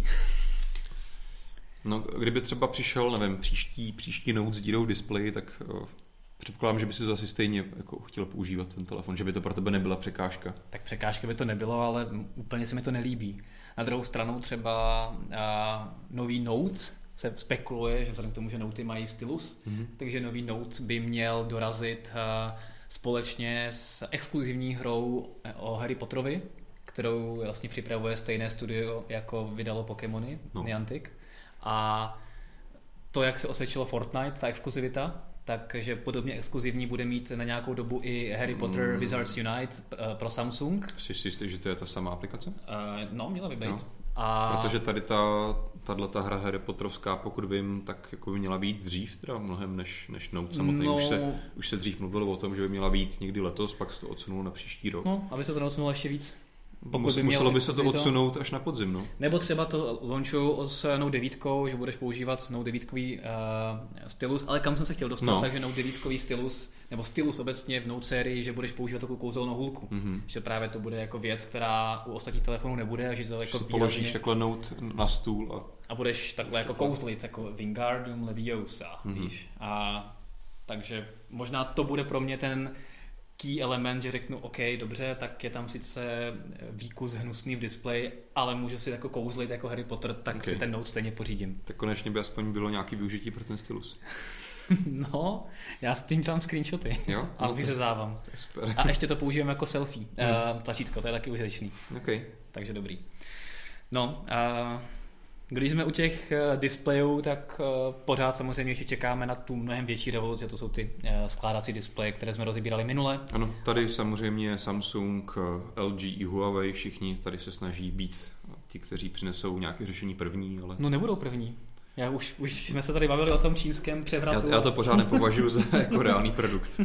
[SPEAKER 1] No, kdyby třeba přišel, nevím, příští, příští Note s dírou displeji, tak uh, předpokládám, že by si to asi stejně jako chtěl používat ten telefon, že by to pro tebe nebyla překážka.
[SPEAKER 2] Tak překážka by to nebylo, ale úplně se mi to nelíbí. Na druhou stranu třeba uh, nový Note se spekuluje, že vzhledem k tomu, že Noty mají stylus, mm-hmm. takže nový Note by měl dorazit uh, společně s exkluzivní hrou o Harry Potterovi, kterou vlastně připravuje stejné studio, jako vydalo Pokémony, no. Niantic. A to, jak se osvědčilo Fortnite, ta exkluzivita, takže podobně exkluzivní bude mít na nějakou dobu i Harry Potter mm. Wizards Unite pro Samsung.
[SPEAKER 1] Jsi si jistý, že to je ta samá aplikace? Uh,
[SPEAKER 2] no, měla by být. No.
[SPEAKER 1] A... Protože tady ta, tato hra Harry Potterovská, pokud vím, tak jako by měla být dřív, teda mnohem než, než Note samotný. No... Už, se, už se dřív mluvilo o tom, že by měla být někdy letos, pak se to odsunulo na příští rok.
[SPEAKER 2] No, aby se to neodsunulo ještě víc. Pokud by
[SPEAKER 1] Muselo by se to
[SPEAKER 2] exkluzivitu.
[SPEAKER 1] odsunout až na podzim, no.
[SPEAKER 2] Nebo třeba to launchu s Note devět, že budeš používat Note devět uh, stylus, ale kam jsem se chtěl dostat,
[SPEAKER 1] No.
[SPEAKER 2] takže Note devět stylus, nebo stylus obecně v Note sérii, že budeš používat takovou kouzelnou hůlku.
[SPEAKER 1] Mm-hmm.
[SPEAKER 2] Že právě to bude jako věc, která u ostatních telefonů nebude, a že to jako
[SPEAKER 1] Že si položíš
[SPEAKER 2] výrazně,
[SPEAKER 1] takhle Note na stůl a...
[SPEAKER 2] a budeš takhle jako kouzlit, jako Wingardium Leviosa,
[SPEAKER 1] Mhm.
[SPEAKER 2] víš. A takže možná to bude pro mě ten key element, že řeknu, OK, dobře, tak je tam sice výkus hnusný v displeji, ale můžu si jako kouzlit jako Harry Potter, tak
[SPEAKER 1] Okay.
[SPEAKER 2] si ten Note stejně pořídím.
[SPEAKER 1] Tak konečně by aspoň bylo nějaký využití pro ten stylus.
[SPEAKER 2] No, já s tím tam screenshoty
[SPEAKER 1] Jo?
[SPEAKER 2] a
[SPEAKER 1] No to-
[SPEAKER 2] vyřezávám.
[SPEAKER 1] To je super.
[SPEAKER 2] A ještě to používám jako selfie,
[SPEAKER 1] Hmm.
[SPEAKER 2] uh, tlačítko, to je taky užitečný,
[SPEAKER 1] Okay.
[SPEAKER 2] takže dobrý. No, a když jsme u těch uh, displejů, tak uh, pořád samozřejmě ještě čekáme na tu mnohem větší revoluci, to jsou ty uh, skládací displeje, které jsme rozebírali minule.
[SPEAKER 1] Ano, tady samozřejmě Samsung, L G i Huawei, všichni tady se snaží být ti, kteří přinesou nějaké řešení první, ale...
[SPEAKER 2] No nebudou první. Já už, už jsme se tady bavili o tom čínském převratu.
[SPEAKER 1] Já, já to pořád nepovažuji za jako reálný produkt.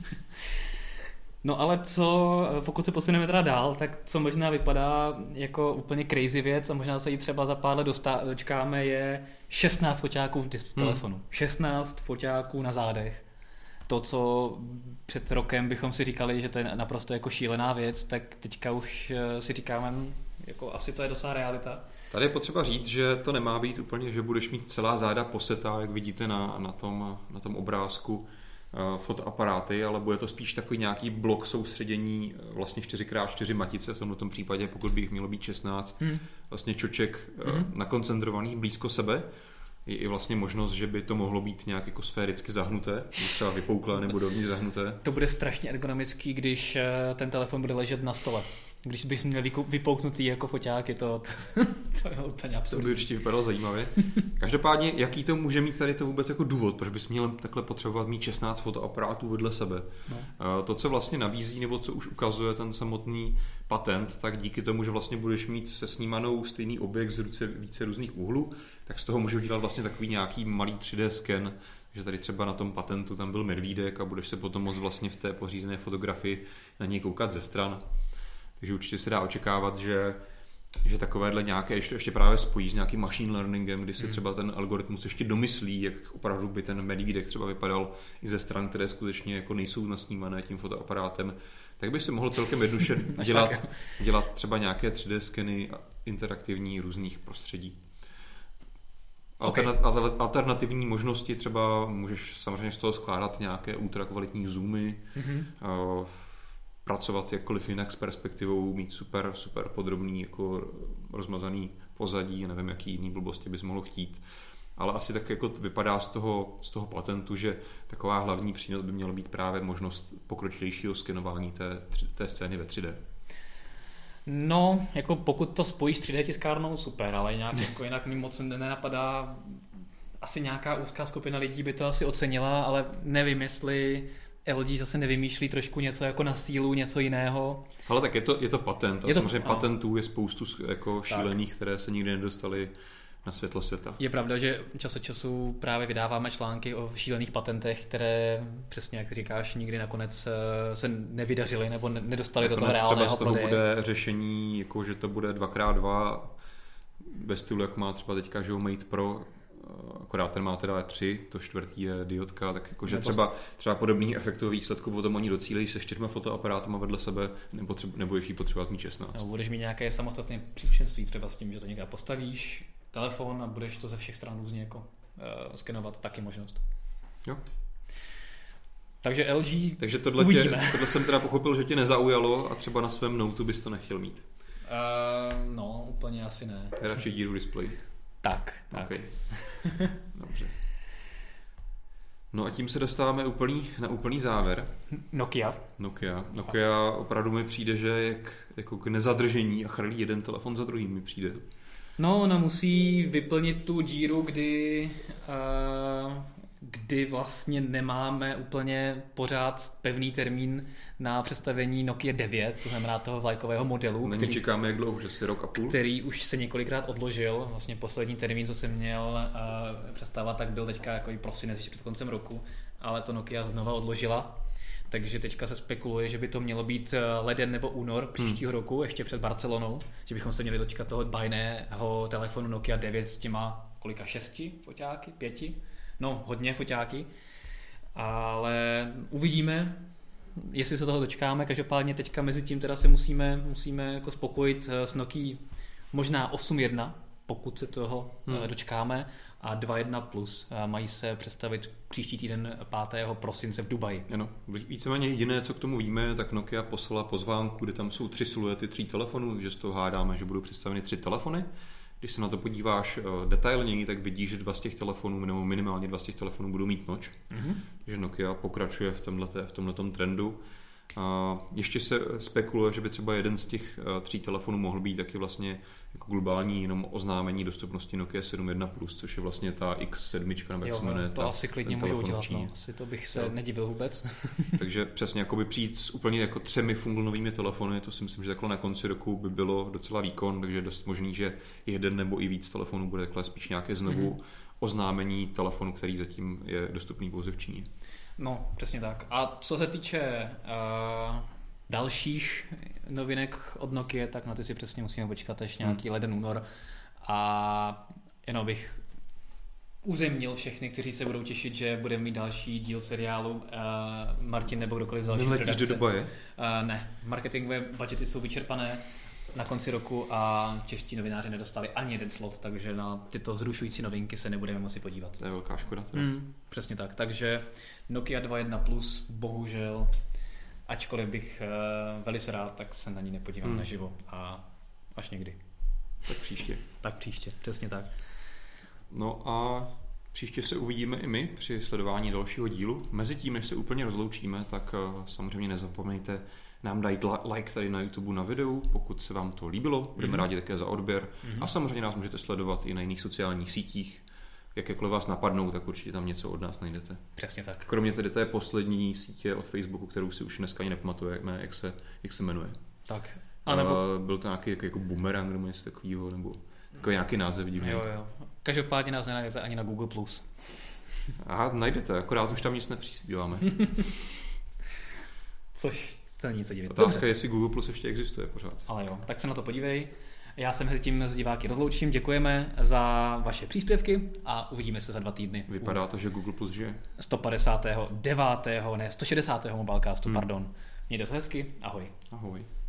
[SPEAKER 2] No ale co, pokud se posuneme teda dál, tak co možná vypadá jako úplně crazy věc a možná se jí třeba za pár let dostá- dočkáme, je šestnáct foťáků v, dis- v
[SPEAKER 1] Hmm.
[SPEAKER 2] telefonu. šestnáct foťáků na zádech. To, co před rokem bychom si říkali, že to je naprosto jako šílená věc, tak teďka už eh, si říkáme, jako asi to je docela realita.
[SPEAKER 1] Tady je potřeba říct, že to nemá být úplně, že budeš mít celá záda posetá, jak vidíte na, na, tom, na tom obrázku, uh, fotoaparáty, ale bude to spíš takový nějaký blok soustředění, vlastně čtyři krát čtyři matice, v tomto případě, pokud by jich mělo být šestnáct,
[SPEAKER 2] Hmm.
[SPEAKER 1] vlastně čoček uh,
[SPEAKER 2] Mhm.
[SPEAKER 1] nakoncentrovaných blízko sebe. Je i vlastně možnost, že by to mohlo být nějak jako sféricky zahnuté, třeba vypouklé nebo dovnitř zahnuté.
[SPEAKER 2] To bude strašně ergonomický, když eh, ten telefon bude ležet na stole. Když bys měl vykou- vypouknutý jako foťák, je to, to je úplně
[SPEAKER 1] To by
[SPEAKER 2] absurdní.
[SPEAKER 1] určitě vypadalo zajímavě. Každopádně, jaký to může mít tady to vůbec jako důvod, proč bys měl takhle potřebovat mít šestnáct fotoaparátů vedle sebe?
[SPEAKER 2] No.
[SPEAKER 1] To, co vlastně nabízí, nebo co už ukazuje ten samotný patent, tak díky tomu, že vlastně budeš mít se snímanou stejný objekt z ruce více různých úhlů, tak z toho můžeš dělat vlastně takový nějaký malý tři dé sken, že tady třeba na tom patentu tam byl medvídek a budeš se potom moct vlastně v té pořízené fotografii na něj koukat ze stran. Takže určitě se dá očekávat, že, že takovéhle nějaké, když to ještě právě spojí s nějakým machine learningem, kdy si třeba ten algoritmus ještě domyslí, jak opravdu by ten medvídek třeba vypadal i ze stran, které skutečně jako nejsou nasnímané tím fotoaparátem, tak by si mohl celkem jednoduše dělat, dělat třeba nějaké tři dé skeny interaktivní různých prostředí.
[SPEAKER 2] Okay.
[SPEAKER 1] Alternat, alternativní možnosti třeba můžeš samozřejmě z toho skládat nějaké ultrakvalitní zoomy,
[SPEAKER 2] Mm-hmm.
[SPEAKER 1] uh, pracovat jakkoliv jinak s perspektivou, mít super, super podrobný jako rozmazaný pozadí, nevím, jaký jiný blbosti bys mohl chtít. Ale asi tak jako vypadá z toho, z toho patentu, že taková hlavní přínos by měla být právě možnost pokročilejšího skenování té, té scény ve tři dé.
[SPEAKER 2] No, jako pokud to spojíš s tři dé tiskárnou, super, ale nějak jako jinak mi moc nenapadá. Asi nějaká úzká skupina lidí by to asi ocenila, ale nevím, jestli L G zase nevymýšlí trošku něco jako na sílu, něco jiného.
[SPEAKER 1] Ale tak je to, je to patent a
[SPEAKER 2] je to,
[SPEAKER 1] samozřejmě
[SPEAKER 2] ano.
[SPEAKER 1] patentů je spoustu jako šílených, které se nikdy nedostaly na světlo světa.
[SPEAKER 2] Je pravda, že čas od času právě vydáváme články o šílených patentech, které přesně jak říkáš, nikdy nakonec se nevydařily nebo nedostali do toho reálného
[SPEAKER 1] třeba z toho
[SPEAKER 2] prodeje.
[SPEAKER 1] bude řešení, jako že to bude dva krát dva ve stylu, jak má třeba teďka, že ho Mate Pro, akorát ten má teda tři, to čtvrtý je diodka, tak jakože třeba, třeba podobný efektový výsledku potom oni docílejí se čtyřma fotoaparátama vedle sebe, nebo nebudeš jí potřebovat mít šestnáct.
[SPEAKER 2] No, budeš mít nějaké samostatné příčenství třeba s tím, že to někde postavíš, telefon a budeš to ze všech stran různě jako uh, skenovat, taky možnost.
[SPEAKER 1] Jo.
[SPEAKER 2] Takže L G
[SPEAKER 1] Takže tohle, tě, tohle jsem teda pochopil, že tě nezaujalo a třeba na svém Note bys to nechtěl mít.
[SPEAKER 2] Uh, no, úplně asi ne.
[SPEAKER 1] Radši díru display.
[SPEAKER 2] Tak, tak.
[SPEAKER 1] Okay. Dobře. No a tím se dostáváme úplný, na úplný závěr.
[SPEAKER 2] Nokia.
[SPEAKER 1] Nokia. Nokia opravdu mi přijde, že jak, jako k nezadržení a chrlí jeden telefon za druhým mi přijde.
[SPEAKER 2] No, ona musí vyplnit tu díru, kdy, uh, kdy vlastně nemáme úplně pořád pevný termín na představení Nokia devět, co znamená toho vlajkového modelu.
[SPEAKER 1] Není
[SPEAKER 2] který,
[SPEAKER 1] čekáme jak dlouho, že si rok a půl?
[SPEAKER 2] Který už se několikrát odložil. Vlastně poslední termín, co jsem měl uh, představovat, tak byl teďka jako i prosinec, ještě před koncem roku, ale to Nokia znova odložila. takže teďka se spekuluje, že by to mělo být leden nebo únor příštího hmm. roku, ještě před Barcelonou, že bychom se měli dočkat toho bajného telefonu Nokia devět s těma kolika šesti foťáky, pěti, no hodně foťáky, ale uvidíme, jestli se toho dočkáme. Každopádně teďka mezi tím teda se musíme, musíme jako spokojit s Nokia možná osm jedna, pokud se toho hmm. dočkáme, a dva jedna plus. Mají se představit příští týden pátého prosince v Dubaji.
[SPEAKER 1] Ano, víceméně jediné, co k tomu víme, tak Nokia poslala pozvánku, kde tam jsou tři siluety tří telefonů, že z toho hádáme, že budou představeny tři telefony. Když se na to podíváš detailněji, tak vidíš, že dva z těch telefonů, nebo minimálně dva z těch telefonů budou mít noč. Mm-hmm. Takže Nokia pokračuje v tomhleté, v tomhletom trendu. A ještě se spekuluje, že by třeba jeden z těch tří telefonů mohl být taky vlastně jako globální jenom oznámení dostupnosti Nokia sedm jedna plus, což je vlastně ta X sedm, nebo jak se jmenuje.
[SPEAKER 2] To
[SPEAKER 1] ta,
[SPEAKER 2] asi klidně můžou dělat, no. Asi to bych se jo. nedivil vůbec.
[SPEAKER 1] Takže přesně jakoby přijít s úplně jako třemi funglnovými telefony, to si myslím, že takhle na konci roku by bylo docela výkon, takže je dost možný, že jeden nebo i víc telefonů bude takhle spíš nějaké znovu mm-hmm. oznámení telefonu, který zatím je dostupný pouze v Číně.
[SPEAKER 2] No, přesně tak. A co se týče uh, dalších novinek od Nokia, tak na ty si přesně musíme počkat až nějaký hmm. leden, únor. A jenom bych uzemnil všechny, kteří se budou těšit, že budeme mít další díl seriálu. Uh, Martin nebo kdokoliv z dalších redakce.
[SPEAKER 1] do Dubaje?
[SPEAKER 2] Uh, ne, marketingové budgety jsou vyčerpané na konci roku a čeští novináři nedostali ani jeden slot, takže na tyto zrušující novinky se nebudeme moci podívat.
[SPEAKER 1] To je velká škoda.
[SPEAKER 2] Mm, přesně tak, takže Nokia dva jedna plus, bohužel, ačkoliv bych uh, velice rád, tak se na ní nepodívám mm. naživo a až někdy.
[SPEAKER 1] Tak příště.
[SPEAKER 2] Tak příště, přesně tak.
[SPEAKER 1] No a příště se uvidíme i my při sledování dalšího dílu. Mezitím, než se úplně rozloučíme, tak uh, samozřejmě nezapomeňte nám dají like tady na YouTube na videu, pokud se vám to líbilo. Budeme mm-hmm. rádi také za odběr. Mm-hmm. A samozřejmě nás můžete sledovat i na jiných sociálních sítích. Jakékoliv vás napadnou, tak určitě tam něco od nás najdete.
[SPEAKER 2] Přesně tak.
[SPEAKER 1] Kromě tedy té poslední sítě od Facebooku, kterou si už dneska ani nepamatujeme, jak se, jak se jmenuje.
[SPEAKER 2] Tak.
[SPEAKER 1] A nebo... uh, byl to nějaký jako, jako boomerang nebo něco takového, nebo takový nějaký název divný.
[SPEAKER 2] Jo, jo. Každopádně nás nenajdete ani na Google plus.
[SPEAKER 1] Aha, najdete, akorát už tam nic nepřispíváme.
[SPEAKER 2] Což se nic se divit.
[SPEAKER 1] Otázka je, jestli Google plus ještě existuje pořád.
[SPEAKER 2] Ale jo, tak se na to podívej. Já se mezi tím s diváky rozloučím. Děkujeme za vaše příspěvky a uvidíme se za dva týdny.
[SPEAKER 1] Vypadá to, že Google plus žije.
[SPEAKER 2] sto padesátého devátého ne, sto šedesátého Mobilecastu, hmm. pardon. Mějte se hezky, ahoj.
[SPEAKER 1] Ahoj.